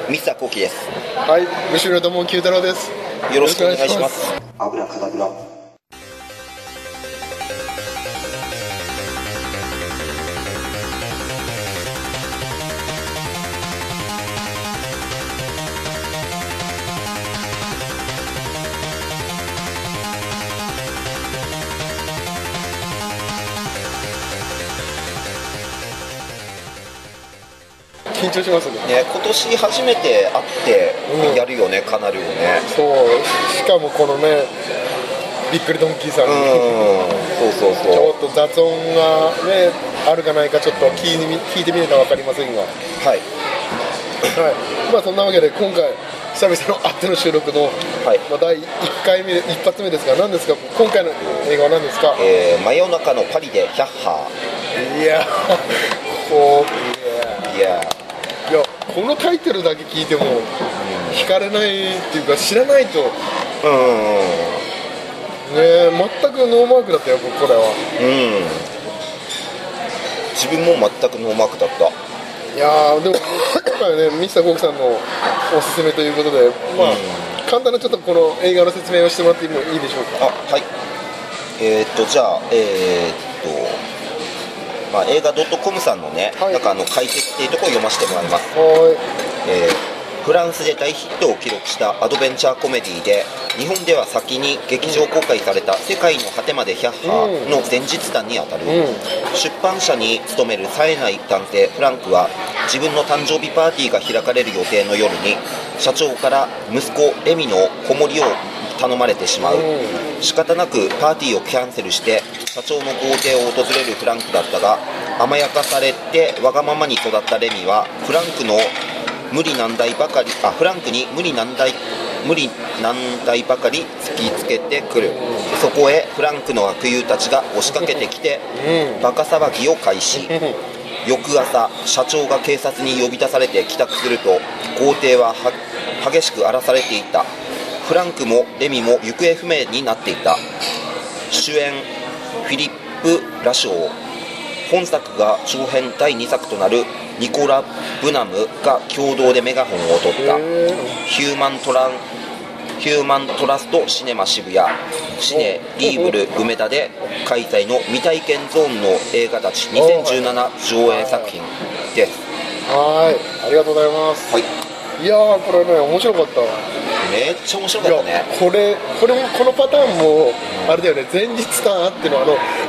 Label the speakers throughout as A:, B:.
A: ミスターコウキです。
B: はい、後ろどうも九太郎です。
A: よろしくお願いします。
C: 油かだぶら。
B: 緊張しますね。
A: 今年初めて会ってやるよね、カナルをね。
B: そう、しかもこのね、びっくりドンキーさんに、
A: そう
B: ちょっと雑音がね、あるかないかちょっと聞いてみないと分かりませんが。はい。まあそんなわけで今回、久々のあっての収録の、第1回目、一発目ですが、何ですか、今回の映画は何ですか？
A: 真夜中のパリでヒャッハ
B: ー。いや、このタイトルだけ聞いても惹かれないっていうか、知らないと、全くノーマークだったよ、僕これは。
A: 自分も全くノーマークだった。
B: いやでも今回ね、ミスターコウキさんのおすすめということで、簡単なちょっとこの映画の説明をしてもらってもいいでしょうか？
A: はい。じゃあ映画 .com さんのね、なんか解説っていうところを読ませてもらいます。フランスで大ヒットを記録したアドベンチャーコメディで、日本では先に劇場公開された世界の果てまでヒャッハーの前日談にあたる。出版社に勤める冴えない男性フランクは、自分の誕生日パーティーが開かれる予定の夜に社長から息子レミの子守りを頼まれてしまう。仕方なくパーティーをキャンセルして社長の豪邸を訪れるフランクだったが、甘やかされてわがままに育ったレミはフランクに無理難題ばかり突きつけてくる。そこへフランクの悪友たちが押しかけてきてバカ騒ぎを開始。翌朝、社長が警察に呼び出されて帰宅すると、豪邸は激しく荒らされていた。フランクもレミも行方不明になっていた。主演フィリップ・ラショー、本作が長編第2作となるニコラ・ブナムが共同でメガホンを取った。ヒューマントラストシネマ渋谷、シネリーブル梅田で開催の未体験ゾーンの映画たち2017上映作品です。
B: ありがとうございます。いやー、これね、面白かったわ。
A: めっちゃ面白かったね。
B: このパターンもあれだよね、前日談あっての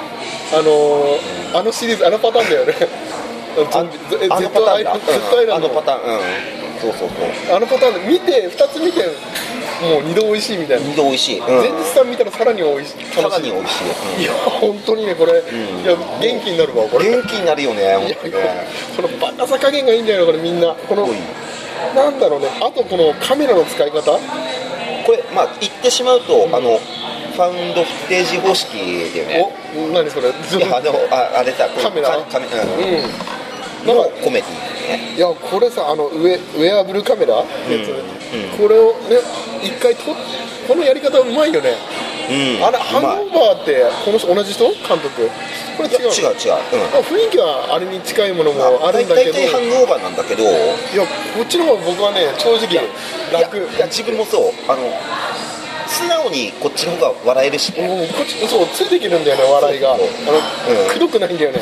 B: あのシリーズ、あのパターンだよね。
A: あのパターンだ。あのパターン、そう
B: あのパターンで2つ見てもう2度美味しいみたいな。2度美味しい。前日談見たらさらに美味しい。
A: さらに美味しい。
B: いや本当にね、これ、いや元気になるわこれ。
A: 元気になるよね。
B: このバカさ加減がいいんだよね、これみんな。このなんだろうね、あとこのカメラの使い方、こ
A: れ言ってしまうと、ファウンドフッテージ方式だよね。
B: 何それ？
A: あれさ、
B: カメラ
A: のコメディね。
B: いやこれさ、ウェアブルカメラ、これをね一回このやり方うまいよね。あれハングオーバーってこの人同じ人？監督？これ違う。
A: 雰
B: 囲気はあれに近いものもあるんだけど、
A: 大体ハングオーバーなんだけど、い
B: やこっちの方が僕はね正直楽。
A: いや自分もそう、素直にこっちの方が笑えるしね。
B: こっちそうついてきるんだよね、笑いが。くどくないんだよね。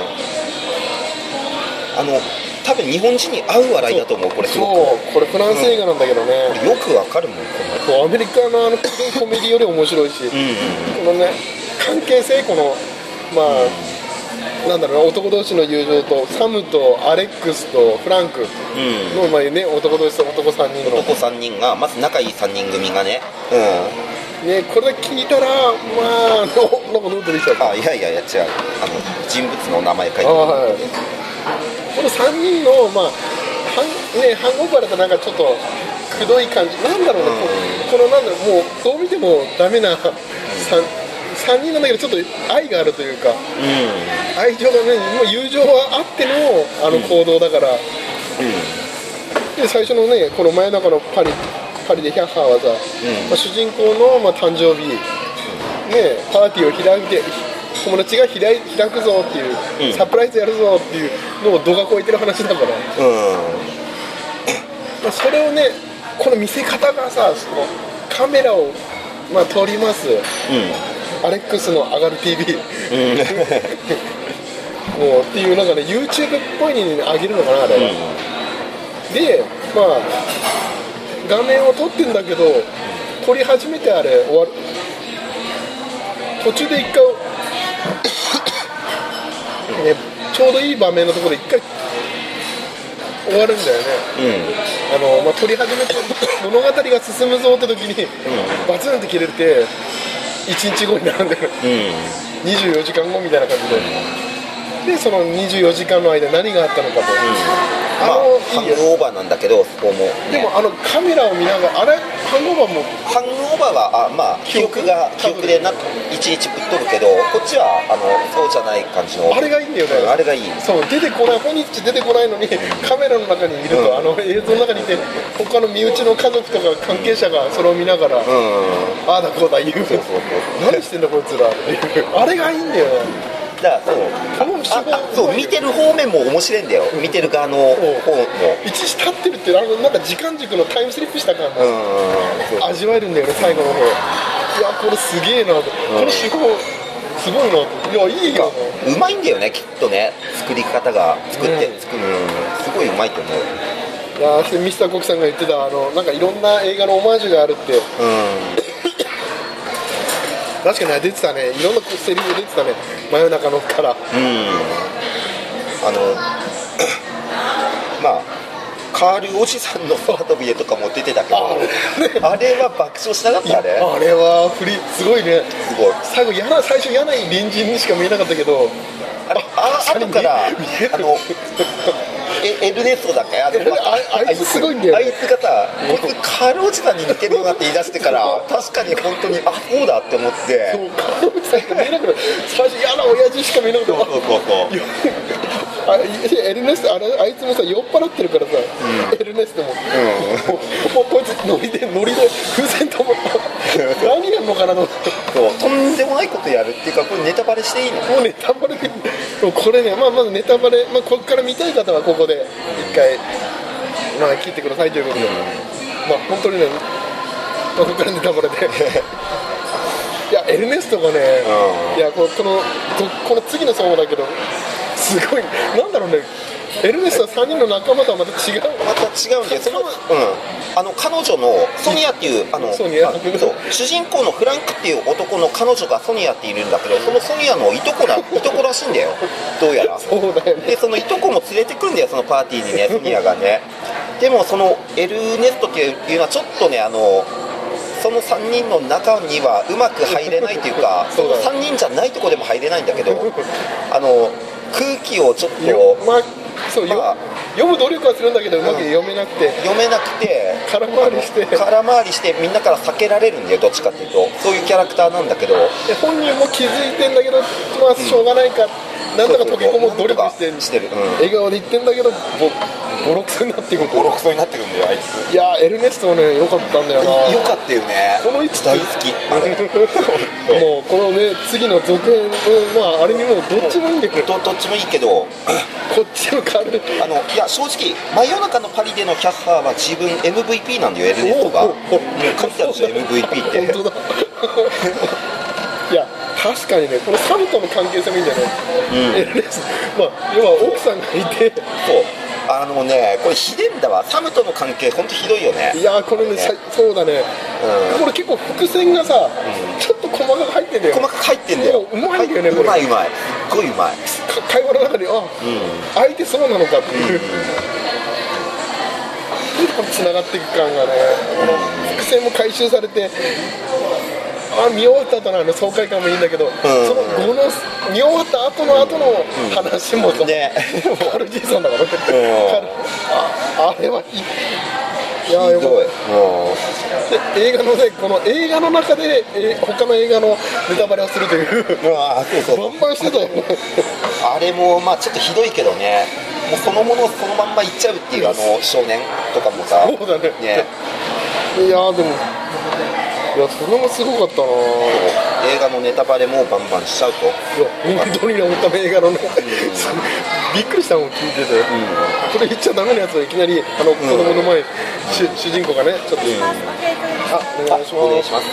A: 多分日本人に合う笑いだと思う。これすごく。
B: これフランス映画なんだけどね、
A: よくわかるもん。
B: アメリカのコメディより面白いし、このね関係性、このなんだろうな、男同士の友情とサムとアレックスとフランクの、男同士と男3人
A: がまず仲いい3人組がね、
B: これ聞いたらなんかノートできちゃう。
A: いや違う、人物の名前書いてる。
B: この3人のハングオーバーだとなんかちょっとくどい感じなんだろうね。このなんだろう、もうどう見てもダメな3人なんだけど、ちょっと愛があるというか、愛情がね、もう友情はあっての行動だから。で最初のね、この真夜中のパリでヒャッハーはさ、主人公の誕生日パーティーを開いて、友達が開くぞっていう、サプライズやるぞっていうのを度が超えてる話だから。 それをね、この見せ方がさ、そのカメラを、撮ります、アレックスの上がる TV、もうっていうなんかね YouTube っぽいに上げるのかなあれは、で画面を撮ってんだけど撮り始めてあれ終わる途中で一回ね、ちょうどいい場面のところで一回終わるんだよね、撮り始めて物語が進むぞって時に、バツンって切れて1日後になるんだよ、24時間後みたいな感じで、その24時間の間何があったのかと、
A: ハングオーバーなんだけど、そこも、
B: でもカメラを見ながら、あれハングオーバーも
A: ハングオーバーは記憶で一日ぶっ飛ぶけど、こっちはそうじゃない感じの、
B: あれがいいんだよね、
A: あれがいい、
B: そう出てこない、本日出てこないのに、カメラの中にいると、映像の中にいて、他の身内の家族とか関係者がそれを見ながら、ああだこうだ言う、何してんだこいつらっていう、あれがいいんだよね。
A: だからそう見てる方面も面白いんだよ、見てる側の方も
B: 一時立ってるってなんか時間軸のタイムスリップした感が味わえるんだよね、最後の方。いやこれすげえなと、この手法すごいなと、いやいいよ、
A: うまいんだよねきっとね、作り方がすごいうまいと思う。
B: いやミスターコキさんが言ってたなんかいろんな映画のオマージュがあるって、確かに出てたね、いろんなセリフ出てたね、真夜中のから。
A: カールおじさんの空飛び絵とかも出てたけど、あれは爆笑しなかった。あれ
B: はすごいね、
A: すごい
B: 最初嫌な隣人にしか見えなかったけど、
A: 後からエルネストだっけ、
B: あいつすごいんだよ、
A: あいつがさ、こいつカールおじさんに似てるよなって言い出してから確かに本当にそうだって思って、
B: そうカールおじさんしか見えなくて、最初嫌な親父しか見えなくて、エルネストあいつもさ酔っ払ってるからさ、エルネストも、もうこいつノリで風船と思った何やんのかなと思って、
A: とんでもないことやるっていうか、これネタバレしていいの？
B: もうネタバレで、これね、まずネタバレ、ここから見たい方はここで一回切ってくださいということで、本当にね、ここからネタバレでいやエルネストがね、いやこの次の相だけど、すごいなんだろうね、エルネストは3人の仲間とはまた違うんで、
A: 彼女のソニアっていう主人公のフランクっていう男の彼女がソニアっているんだけど、そのソニアのいとこらしいんだよ、どうやら。
B: そうだよね。
A: でそのいとこも連れてくるんだよ、そのパーティーにね、ソニアがね。でもそのエルネストっていうのはちょっとね、その3人の中にはうまく入れないというかその3人じゃないとこでも入れないんだけど、空気をちょっと
B: 読む努力はするんだけど、うまく読めなくて空回りしてみんなから避けられるんだよ、どっちかっていうとそういうキャラクターなんだけど、 本人も気づいてんだけど、しょうがないか、なんとか溶け込もう努力してる、笑顔で言ってんだけどボロクソになってくるんだよ、あいつ。いやエルネストね、良かったんだよな。
A: 良かったよね、
B: この位置
A: 大好き
B: もうこのね、次の続編、あれにもうどっちもいいんだけど、
A: どっちもいいけど、
B: こっちのカール
A: いや正直真夜中のパリでのキャッハーは自分 MVP なんだよ、エルネストが。もう書いてあるでしょ MVP って
B: 本当だいや確かにね、このサムとの関係性もいいんだよね、エルネスト、要は奥さんがいて、
A: これひでんだわ、サムとの関係本当ひどいよね。
B: いやこれね、そうだね、これ結構伏線がさ、ちょっと細かく入ってんだよ、うまいんだよね、これ
A: うまい、すっごいうまい、
B: 会話の中に相手そうなのかっていう、つながっていく感がね、伏線も回収されて、見終わった後の爽快感もいいんだけど、その後の見終わった後の話もカール・ジーソンだからね、あれはいい。いやよかった。映画のね、この映画の中で他の映画のネタバレをするというバンバンしてたよね
A: あれもちょっとひどいけどね、もうそのものをそのまんまいっちゃうっていう少年とかもさ、
B: そうだね。いやでもそれもすごかったな。
A: 映画のネタバレもバンバンしちゃうと。
B: いや本当にね、本当映画のね、びっくりしたもん聞いてて、これ言っちゃダメなやつをいきなり子供の前に、主人公がねちょっと、お願いします。
A: お願いします。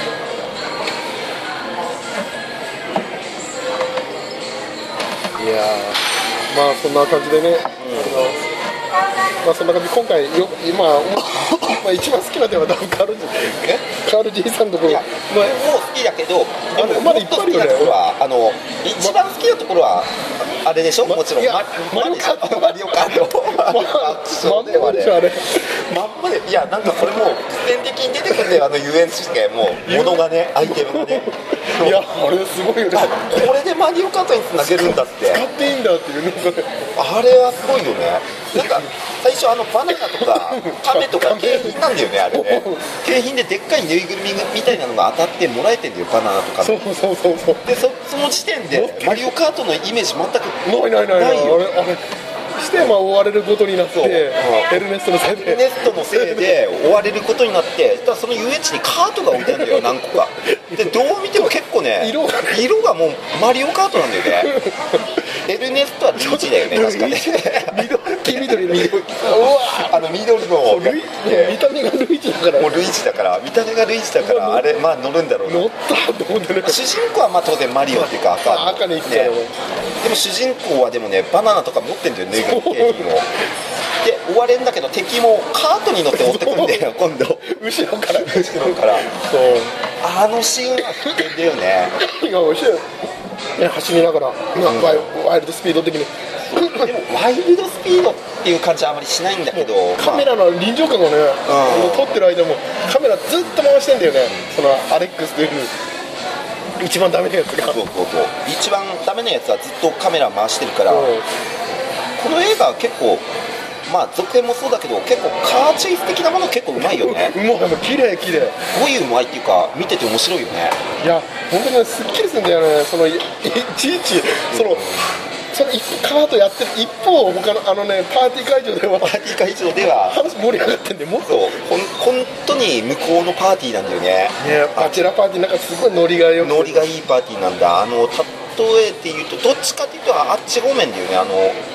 B: いやまあそんな感じでね、まあそんな感じで今回まあ一番好きな点は多分カール J さんのところ、
A: いやもう好きだけど、でも
B: まだいっぱいあるよね。
A: 一番好きなところはあれでしょ、もちろん
B: マリオカート
A: マリオカート
B: まんまでしょあれ。
A: まんまで、いやなんかこれもう必然的に出てくるんだよ、遊園地でもう物がね、アイテムがね
B: いやあれすごいよね。
A: これでマリオカートにつなげるんだって
B: 使っていいんだっていうね、
A: あれはすごいよね。なんか最初バナナとかカメとか景品なんだよね、あれね。景品ででっかいぬいぐるみみたいなのが当たってもらえてんだよ、バナナとか。
B: そう
A: でその時点でマリオカートのイメージ全く
B: ないよ。あれして追われることになって、
A: そう
B: エルネストのせいで
A: 追われることになって、その遊園地にカートが置いてあるんだよ、何個かで。どう見ても結構ね、色がもうマリオカートなんだよね。エルネストはルイージだよね、確かね。
B: 黄緑の
A: 緑の
B: 見た目がルイージだから、
A: もうルイージだから、見た目がルイージだから、あれまあ乗るんだろうな。
B: 乗ったと思ってね。
A: 主人公はまあ当然マリオっていうか
B: 赤に行くからね。
A: でも主人公はでもね、バナナとか持ってんだよね、景品を。で追われんだけど、敵もカートに乗って追ってくんだよ、今度
B: 後ろから
A: そう、あのシーンは危険だよね。
B: いや面白いね、走りながら、ワイルドスピード的に。
A: でもワイルドスピードっていう感じはあまりしないんだけど、
B: カメラの臨場感がね、撮ってる間もカメラずっと回してんだよね、そのアレックスという一番ダメなやつが。
A: そう一番ダメなやつはずっとカメラ回してるから、この映画は結構まあ続編もそうだけど、結構カーチェイス的なもの結構うまいよね。
B: うまい、綺麗
A: すごいうまいっていうか、見てて面白いよね。
B: いや本当にね、すっきりするんだよね。いちいちそのカートやってる一方、他のパーティー会場では話盛り上がってんで、もっと
A: 本当に向こうのパーティーなんだよね。
B: バチェラーパーティーなんかすごいノリがよくて、
A: ノリがいいパーティーなんだ。例えて言うと、どっちかっていうとあっち方面だよね。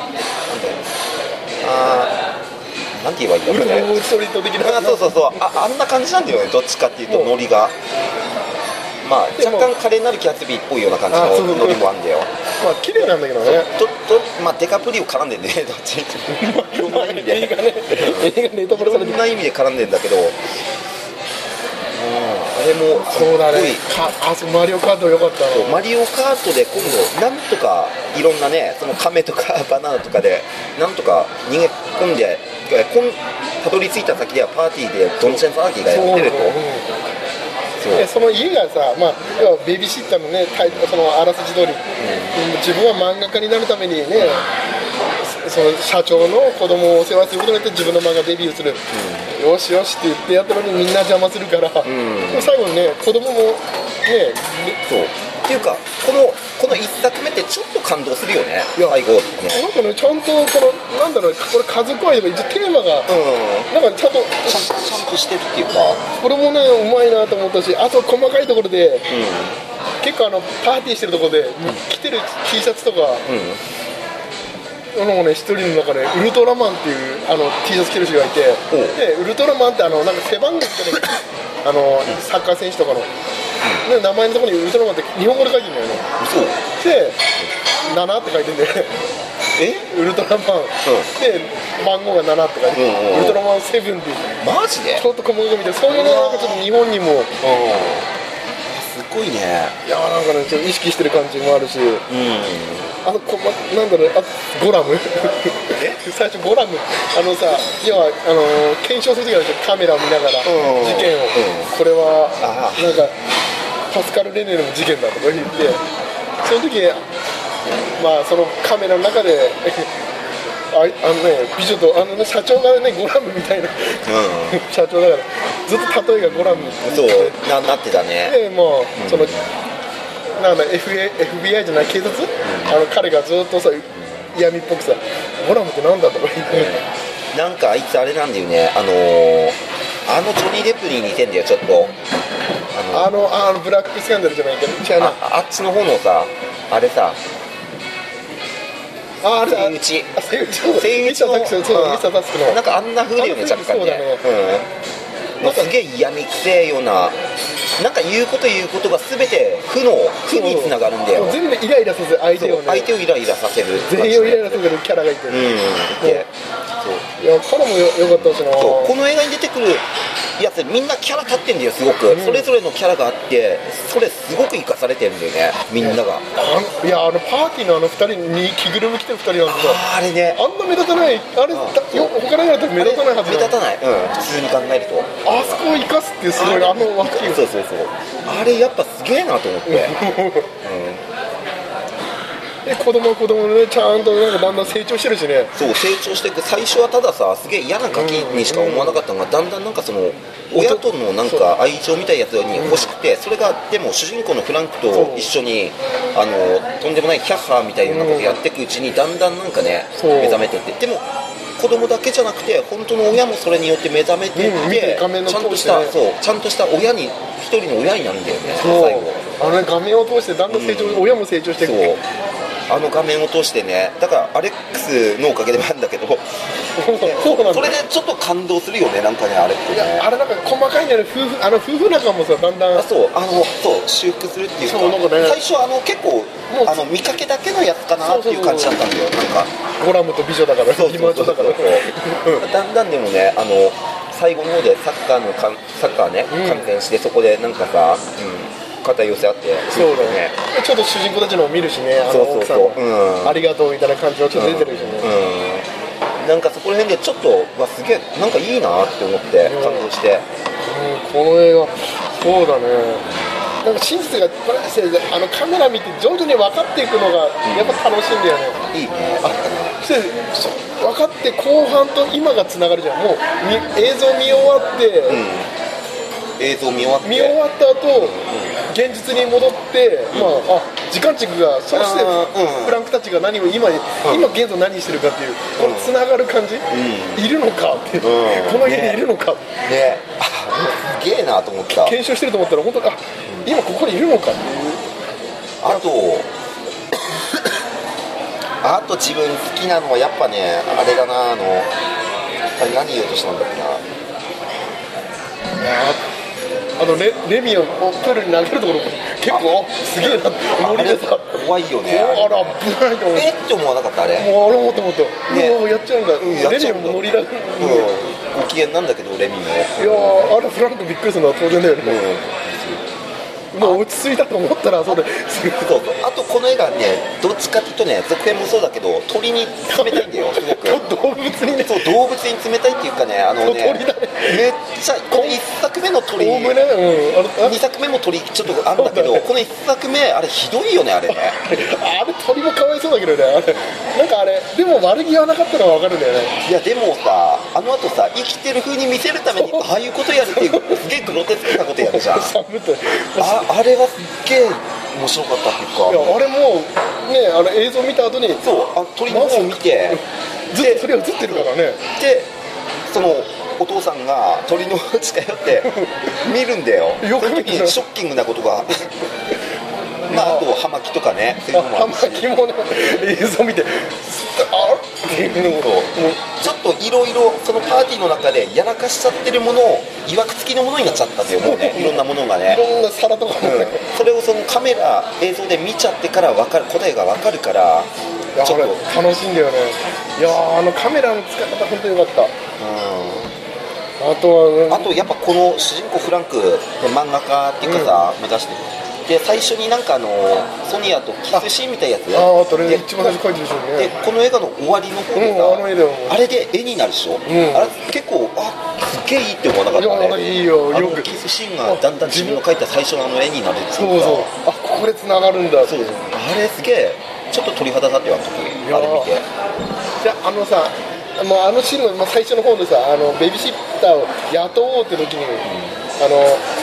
A: なんて言えばいいんだろうね。
B: ウルフストリート的な。
A: そうあんな感じなんだよね、どっちかっていうとノリが。まあ若干華麗なるキャッツビーっぽいような感じのノリもあるんだよ。
B: まあ綺麗なんだけどね。
A: まあデカプリを絡んでんね、どっちいろんな意味で。
B: 映画ネタバレされて
A: いろんな意味で絡んでんだけど、あれも
B: そうだね。マリオカート良かったな。
A: マリオカートで今度なんとかいろんなね、そのカメとかバナナとかでなんとか逃げ込んで、たどり着いた先ではパーティーでドンチェンパーティーがやってると。
B: その家がさ、要はベビーシッターのね、そのあらすじ通り、自分は漫画家になるためにね、その社長の子供をお世話することによって自分の漫画デビューする、よしよしって言ってやったのにみんな邪魔するから、最後にね、子供もね、
A: そうっていうか、この1作目ってちょっと感動するよね、最後ね。
B: なんかね、ちゃんとなんだろう、これ家族愛とか一応テーマが、なんかちゃんと
A: してるっていうか、
B: これもねうまいなと思ったし、あと細かいところで、結構パーティーしてるところで、着てる T シャツとか、一人の中でウルトラマンっていうT シャツ着る人がいて、でウルトラマンってなんか背番号とかサッカー選手とかの、名前のところにウルトラマンって日本語で書いてるんだよね。で7って書いてるんでウルトラマン、で番号が7って書いてる、ウルトラマン7っていう、
A: マジで
B: ちょっと細かく見て、そういうのなんかちょっと日本にも
A: すごいね。
B: いやなんかね、ちょっと意識してる感じもあるし、なんだろう、ゴラム最初ゴラム要は検証する時はカメラを見ながら事件を、これはなんかパスカル・レネルの事件だとか言って、その時そのカメラの中で美女と社長がね、ゴラムみたいな、社長だからずっと例えがゴラム
A: なってたね。
B: でそのなんだ FBI じゃない警察、彼がずっとさ闇っぽくさ、ゴラムってなんだとか言って、
A: なんかあいつあれなんだよね、ジョニー・デップに似てんだよ、ちょっと。
B: ブラックスキャンダルじゃないけど、違うな、
A: あっちの方のさ、あれさ、
B: あれ
A: セイウチ
B: セイウチのミスタータスクの
A: なんかあんな風だよね、若干ね。なんかすげえ嫌みくせえような、なんか言うことが全て負につながるんだよ。
B: 全部イライラさせる相手をね、
A: 相手をイライラさせる、
B: 全員をイライラさせるキャラがいて、いや彼もよかったしな。
A: この映画に出てくるやつみんなキャラ立ってんだよ、すごく、それぞれのキャラがあって、それすごく生かされてるんだよね、みんなが。
B: いや、パーティーの2人に着ぐるみ着てる2人なんですよ。
A: あれね、
B: あんな目立たない、あれ、他の映画だと目立たないはず。
A: 目立たない、普通に考えると。
B: あそこを生かすってすごい、脇を。
A: そうあれやっぱすげえなと思って。
B: で子供ね、ちゃんとなんかだんだん成長してるしね。
A: そう成長していく。最初はたださ、すげえ嫌なガキにしか思わなかったのが、だんだんなんかその親とのなんか愛情みたいなやつに欲しくて、それがでも主人公のフランクと一緒にとんでもないキャッハーみたいなことやっていくうちに、だんだんなんかね目覚めてって、でも子供だけじゃなくて本当の親もそれによって目覚めていって、ちゃんとした親に、一人の親になるんだよね、最後。
B: 画面を通してだんだん成長、親も成長していく。
A: 画面を通してね、だからアレックスのおかげでもあるんだけどそれでちょっと感動するよね、なんかね、あれってね。
B: あれなんか細かいね、夫婦仲もさ、だんだん
A: そう修復するっていうか、最初結構見かけだけのやつかなっていう感じだったんだよ、なんか
B: ゴラムと美女だから、だ
A: んだんでもね、最後の方でサッカーね、観戦して、そこでなんかさ、肩寄せ合って、
B: そうだね、ちょっと主人公たちのを見るしね、奥さんありがとうみたいな感じはちょっと出てるしね、
A: なんかそこら辺でちょっとすげえなんかいいなって思って感動して、
B: この映画そうだね、なんか真実がカメラ見て徐々に分かっていくのがやっぱ楽しいんだよね。
A: いいね。
B: 分かって後半と今がつながるじゃん。もう映像見終わって、見終わった後、現実に戻って、時間軸がそうして、フランクたちが今現在何してるかっていうこのつながる感じ、いるのかって、この家にいるのか
A: ね、すげえなと思った。
B: 検証してると思ったら本当に今ここにいるのかっていう。
A: あと自分好きなのはやっぱね、あれだな、何言おうとしたんだっけな。
B: レミをプールに投げるところ結構すげえな、ノリでさ、
A: 怖いよね。
B: あら危ないと思って。
A: って思わなかった？あれ
B: もう思ったもうやっちゃうんだ。レミもノリだ。
A: ご機嫌なんだけどレミも。
B: いやあれフランクびっくりするのは当然だよね。もう落ち着いたと思ったらそうで。
A: あとこの映画ね、どっちかっていうとね、続編もそうだけど鳥に冷たいんだよ、すごく。
B: 動物にね。
A: そう動物に冷たいっていうかね、めっちゃこの1作目の鳥、2作目も鳥ちょっとあるんだけど、この1作目あれひどいよね、あれね。
B: あれ鳥もかわいそうだけどね、なんかあれでも悪気はなかったのは分かるんだよね。
A: いやでもさ、あの後さ、生きてる風に見せるためにああいうことやるっていうすげえグロテスクなことやるじゃん。あれはすっげえ面白かったっていうか。
B: いやあれもね、映像見た後に
A: 鳥の方を見て、
B: それ映ってるからね。
A: でそのお父さんが鳥の近寄って見るんだよ。その時にショッキングなことがあと葉巻とかね、
B: 葉巻もね、映像見て
A: ちょっといろいろそのパーティーの中でやらかしちゃってるものをいわくつきのものになっちゃったんだよ、もうね、いろんなものがね、
B: いろんな皿とかもね、
A: それをそのカメラ映像で見ちゃってから答えが分かるから、
B: ちょっと楽しいんだよね。いやカメラの使い方本当に良かった。あとやっぱこの主人公フランク
A: 漫画家っていうかさ、目指してで最初になんかソニアとキスシーンみたいなやつ
B: 一番最初書いてるでしょうね。
A: でこの映画の終わりの方でさ、あれで絵になるでしょ、あれ結構すげえいいって思わなかったね。
B: いいよ、よく
A: キスシーンがだんだん自分の描いた最初の絵になるっていうか、
B: ここで繋がるんだ。
A: そうあれすげえちょっと鳥肌立ってあの時あれ見て。
B: じゃさもうシーンの最初の方でさ、ベビーシッターを雇おうって時に、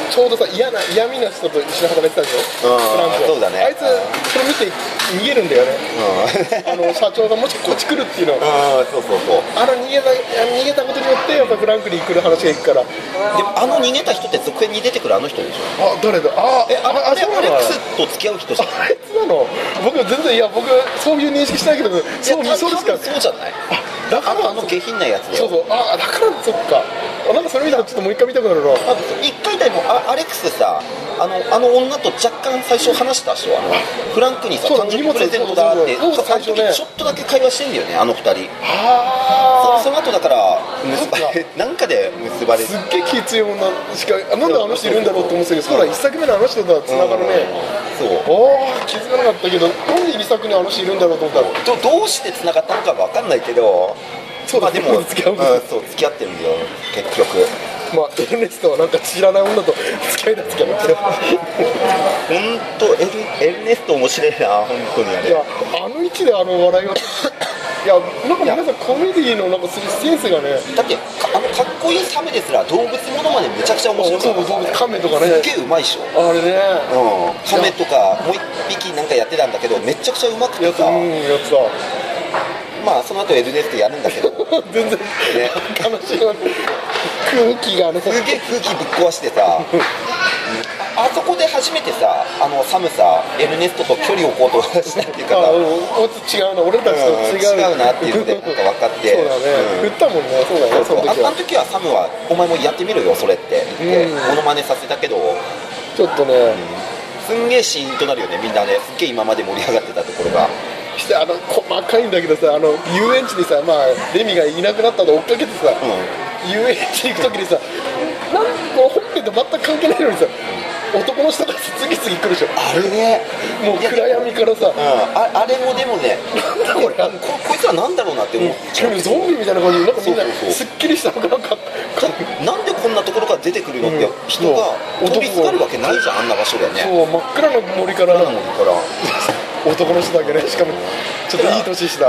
B: ちょうどさ嫌味な人と一緒に働いてたでしょ、フランク。
A: そうだね。
B: あいつそれ見て逃げるんだよね、社長がもしこっち来るっていうのを、
A: そうそうそう。
B: 逃げたことによってやっぱフランクに来る話がいくから。
A: でも逃げた人って続編に出てくるあの人でしょ。
B: 誰だ。
A: あれアレックスと付き合う人じゃん。
B: あいつなの。僕全然僕そういう認識しないけど、そうですか。
A: そうじゃない。
B: だから
A: 下品なやつだよ。
B: そうだからそっか。なんかそれ見たらちょっともう一回見たくなるな。
A: 一回でもアレックスさ、あの女と若干最初話したでしょ。フランクにさ、誕生日プレゼントだって
B: 最初ね、
A: ちょっとだけ会話してんだよね、あの二人。その後だからなんかで結ばれる。
B: すっげえ気強い女しか、なんであの人いるんだろうと思ってたけど、そうだ、一作目のあの人とはつながるね。
A: そう。
B: 気づかなかったけど、なんで2作目のあの人いるんだろうと思ったら、
A: どうしてつながったのか分かんないけど、
B: そうだ、
A: でも
B: 付き合う、
A: そう付き合ってるんだよ結局。
B: エルネストはなんか知らない女と付き合いだ付き合うけど、
A: 本当エルネスト面白いな、本当にあれ。
B: いや、あの位置で笑いをいや、なんか皆さんコメディのなんかするセンスがね。
A: だってかっこいいサメですら動物ものまでめちゃくちゃ面白い。
B: そう、カメとかね、
A: すっげえうまいでしょ。
B: あれね、
A: カメとかもう一匹なんかやってたんだけど、めちゃくちゃうまくてさ。
B: やつだ。
A: その後エルネストやるんだけど
B: 全然ね、悲しい空気がね、
A: すげえ空気ぶっ壊してさあそこで初めてさ、サムさ、エルネストと距離を置こうとしたっていうかさ、
B: 違うな、俺たちと違う
A: なっていうのでなんか分かって
B: そうだね、振ったもんね。そうだね、その時は。
A: あの時はサムはお前もやってみろよそれって言ってモノマネさせたけど、
B: ちょっとね、
A: すんげえシーンとなるよね、みんなね。すっげえ今まで盛り上がってたところが
B: して細かいんだけどさ、遊園地にさ、レミがいなくなったの追っかけてさ、遊園地行く時にさ、なんか本編と全く関係ないのにさ、男の人が次々来るでしょ。
A: あれね、
B: もう暗闇からさ、
A: あれもでもね、こいつはなんだろうなって思っちゃう。
B: ゾンビみたいな感じで、なんかみんなすっきりしたのが
A: なんでこんなところから出てくるのって、人が飛びすがるわけないじゃん、あんな場所でね。
B: そう、真っ暗な森から男の人だけね、しかもちょっといい年した。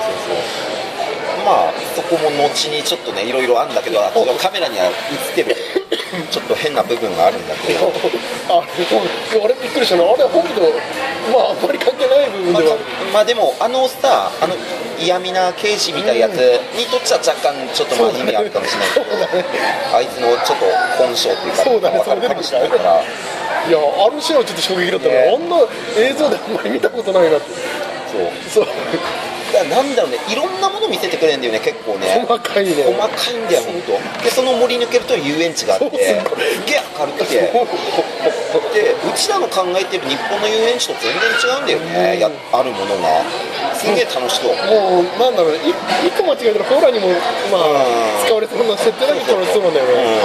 A: そこも後にちょっとね、いろいろあるんだけど、カメラには映ってるちょっと変な部分があるんだけど
B: あれびっくりしたな。あれ本当あんまり関係ない部分では、
A: でも嫌味な刑事みたいなやつにとっちゃ若干ちょっと意味あるかもしれないけど、あいつのちょっと本性っていうか分かるかもしれないから。
B: いや、あのシーンはちょっと衝撃だったね。あんな映像であんまり見たことないなって。そう
A: なんだろうね、いろんなもの見せてくれるんだよね、結構ね。
B: 細かいんだよ、
A: 本当。で、その森抜けると遊園地があって、すげえ明るくて、で、うちらの考えてる日本の遊園地と全然違うんだよね、あるものが。すげえ楽しそう。
B: もう、なんだろうね、一個間違えたらホラーにも、使われそうな設定だけど楽しそうなんだよね。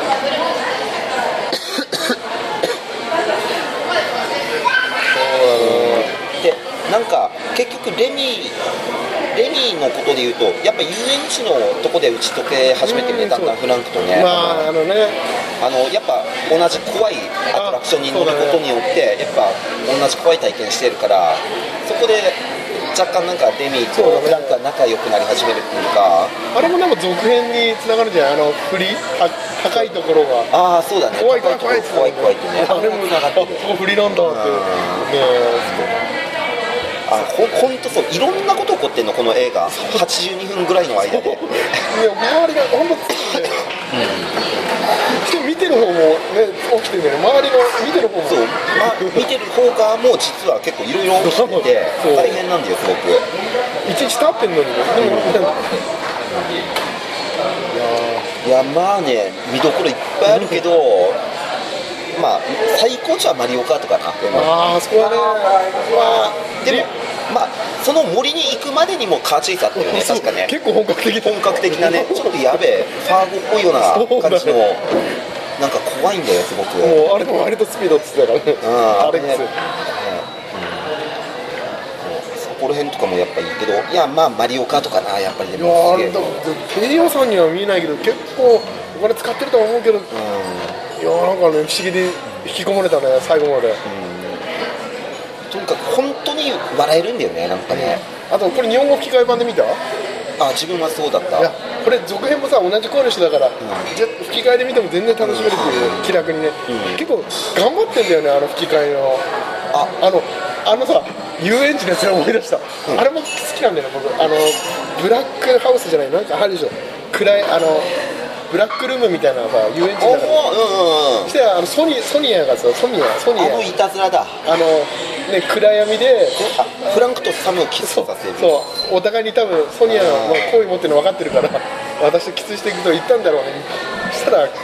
A: で、なんか結局レミのことで言うと、やっぱ遊園地のとこで打ち解け始めてるね、だんだんフランクとね。やっぱ同じ怖いアトラクションに乗ることによって、やっぱ同じ怖い体験してるから、そこで若干なんかレミとフランクが仲良くなり始めるっていうか、
B: あれもなんか続編につながるんじゃない？高いところが。
A: そうだね。
B: 怖いってね。
A: あれもつながってる。
B: ここ振りなんだって。
A: ほんとそう、いろんなこと起こってんの、この映画。82分ぐらいの間で。
B: いや、周りがほんとついてね、見てる方もね、起きてるんだよね。周りの見てる方も。
A: そう、見てる方側も実は結構いろいろ起きてて、大変なんだよ、すごく。
B: 一日経ってんのにね。
A: いや、見どころいっぱいあるけど、最高値はマリオカートかな。
B: そこはね、
A: でもその森に行くまでにもカーチェイサーっていうね、確かね、
B: 結構本格的
A: なね、ちょっとやべえ、ファーゴっぽいような感じの、なんか怖いんだよ、すごく。
B: もうあれも割とスピードって言ってたからね、アレックス。
A: そこら辺とかもやっぱいいけど、いや、マリオカートかな、やっぱり。で
B: も低予算には見えないけど、結構お金使ってるとは思うけど、いや、なんかね、不思議で引き込まれたね、最後まで。
A: とにかく本当に笑えるんだよね、なんかね。
B: あとこれ日本語吹き替え版で見た？
A: 自分はそうだった。
B: いや、 これ続編もさ同じ声の人だから、じゃ吹き替えで見ても全然楽しめるっていう気楽にね、結構頑張ってんだよね、あの吹き替えのあのさ遊園地のやつ思い出した、あれも好きなんだよね僕。ブラックハウスじゃない、なんかあるでしょ、暗いブラックルームみたいなさ遊園地の中で、そしてソニアがさ、ソニア
A: いたずらだ、
B: ね、暗闇で
A: フランクとサムをキスさせる。
B: そうお互いに多分ソニアが好意持ってるの分かってるから私とキスしていくと言ったんだろうね。そしたら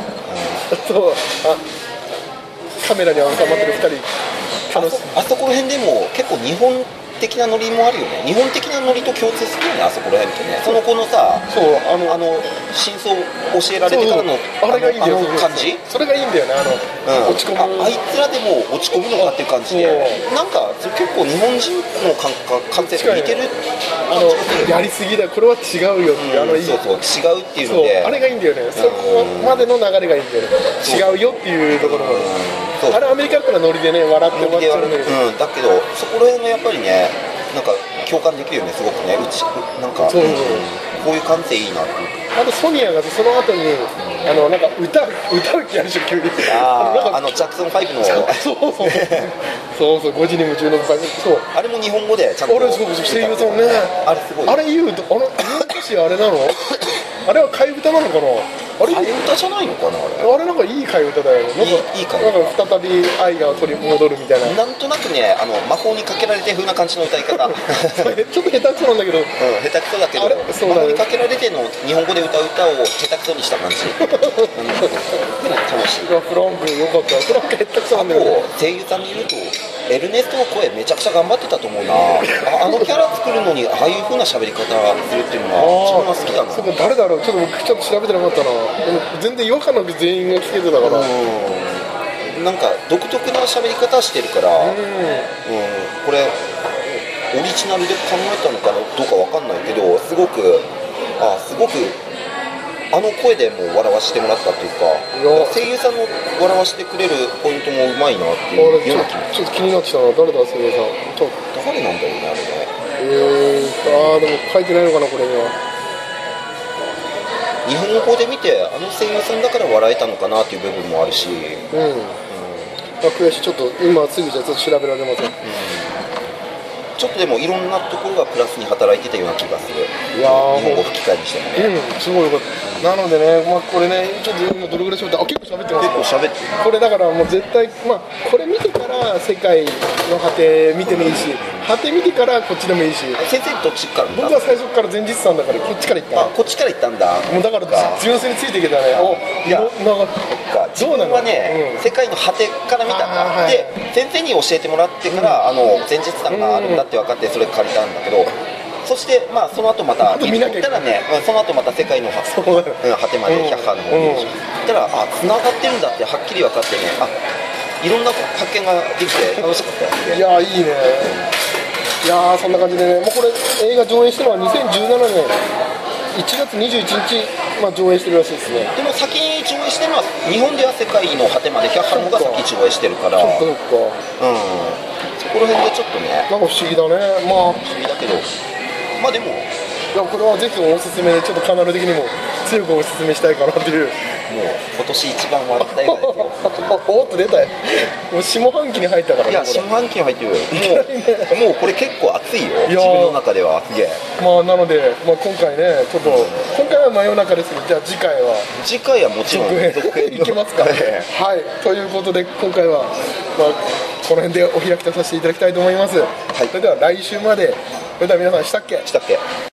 B: カメラに収まってる2人楽しい。
A: あそこら辺でも結構日本的なノリもあるよね。日本的なノリと共通するよね、あそこら辺ってね。その子のさ、真相を教えられてからの
B: あれがいいんだよ、
A: 感じ。
B: それがいいんだよね、落ち込む。
A: あいつらでも落ち込むのかっていう感じで、なんか結構日本人の感性と似てる。
B: やりすぎだ、これは違うよっていう、
A: そう違うっていうので、
B: あれがいいんだよね。そこまでの流れがいいんだよね。違うよっていうところも。あれアメリカからノリでね笑って終わっちゃうんだけど、
A: だけどそこら辺のやっぱりね、なんか共感できるよね、すごくね。なんかこういう感性いいなっていう。
B: あとソニアがその後になんか歌う気あるでしょ、急に。
A: ジャクソン5の
B: そう5時に夢中の歌。
A: あれも日本語でちゃんと
B: 声優さんね、
A: あれすごい。
B: あれ言うと歌詞あれなのあれは替え歌なのかな。あれ
A: 替え歌じゃないのかな。
B: あれなんかいい替え歌だよね。
A: いい替え
B: 歌。なんか再び愛が取り戻るみたいな。
A: なんとなくね、魔法にかけられて風な感じの歌い方。
B: ちょっと下手くそなんだけど。
A: 下手くそだけど、魔法にかけられての日本語で歌う歌を下手くそにした感じ。楽しい。
B: フランクよかった。フランク下手くそなんだけど。
A: 声優さんにいるとエルネストの声めちゃくちゃ頑張ってたと思うな。キャラ作るのにああいう風な喋り方するっていうのは自分は好きだな。
B: そうか、誰だろう。ちょっと調べてなかったな。全然違和感なく全員が聞けてたから。
A: なんか独特な喋り方してるから、これオリジナルで考えたのかどうかわかんないけど、すごく声でも笑わせてもらったっていうか、声優さんの笑わせてくれるポイントもうまいなっていうような気も。
B: ちょっと気になってきたな。誰だ声優さん。
A: 誰なんだろうね、あれね。
B: でも書いてないのかな、これには。
A: 日本語で見て声優さんだから笑えたのかなっていう部分もあるし、
B: 悔しい。ちょっと今すぐじゃちょっと調べられません。
A: ちょっとでもいろんなところがプラスに働いてたような気がする。日本語吹き替えにしてもね。
B: すごいよかった。なのでね、これね、ちょっと今どれぐらい喋って、結構喋ってます。
A: 結構喋ってる。
B: これだからもう絶対、これ見てから世界の果て見てもいいし、果て見てからこっちでもいいし。
A: 先生どっちから見た？
B: 僕は最初から前日さんだからこっちから行った。
A: こっちから行ったんだ。
B: もうだから純粋についていけたね。
A: いや、
B: なんか
A: 自分はね、世界の果てから見たんだ。で、先生に教えてもらってから前日さんがあるんだって分かってそれ借りたんだけど、そしてその後また行ったらね、その後また世界の果てまで百波の方に行ったら繋がってるんだってはっきり分かってね、いろんな発見ができて楽しかったですね。
B: いやいいね。いやそんな感じでね、もうこれ映画上映したのは2017年1月21日、上映してるらしいですね。
A: でも先に上映してるのは日本では世界の果てまで百波のが先上映してるから、そこら辺でちょっとね、
B: なんか不思議だね。
A: 不思議だけど、でも
B: いやこれはぜひおすすめで、ちょっとカナル的にも強くおすすめしたいかなっていう。
A: もう今年一番笑った映画ですよ。
B: おっと出たよ。もう下半期に入ったからね。
A: いや下半期に入ってるよ。もうこれ結構熱いよ。自分の中ではすげえ。
B: なので今回ね、ちょっと今回は真夜中ですけど、じゃあ次回は
A: もちろん
B: 続編いきますか。はい。ということで今回はこの辺でお開きとさせていただきたいと思います。それでは来週まで。それでは皆さんしたっけ？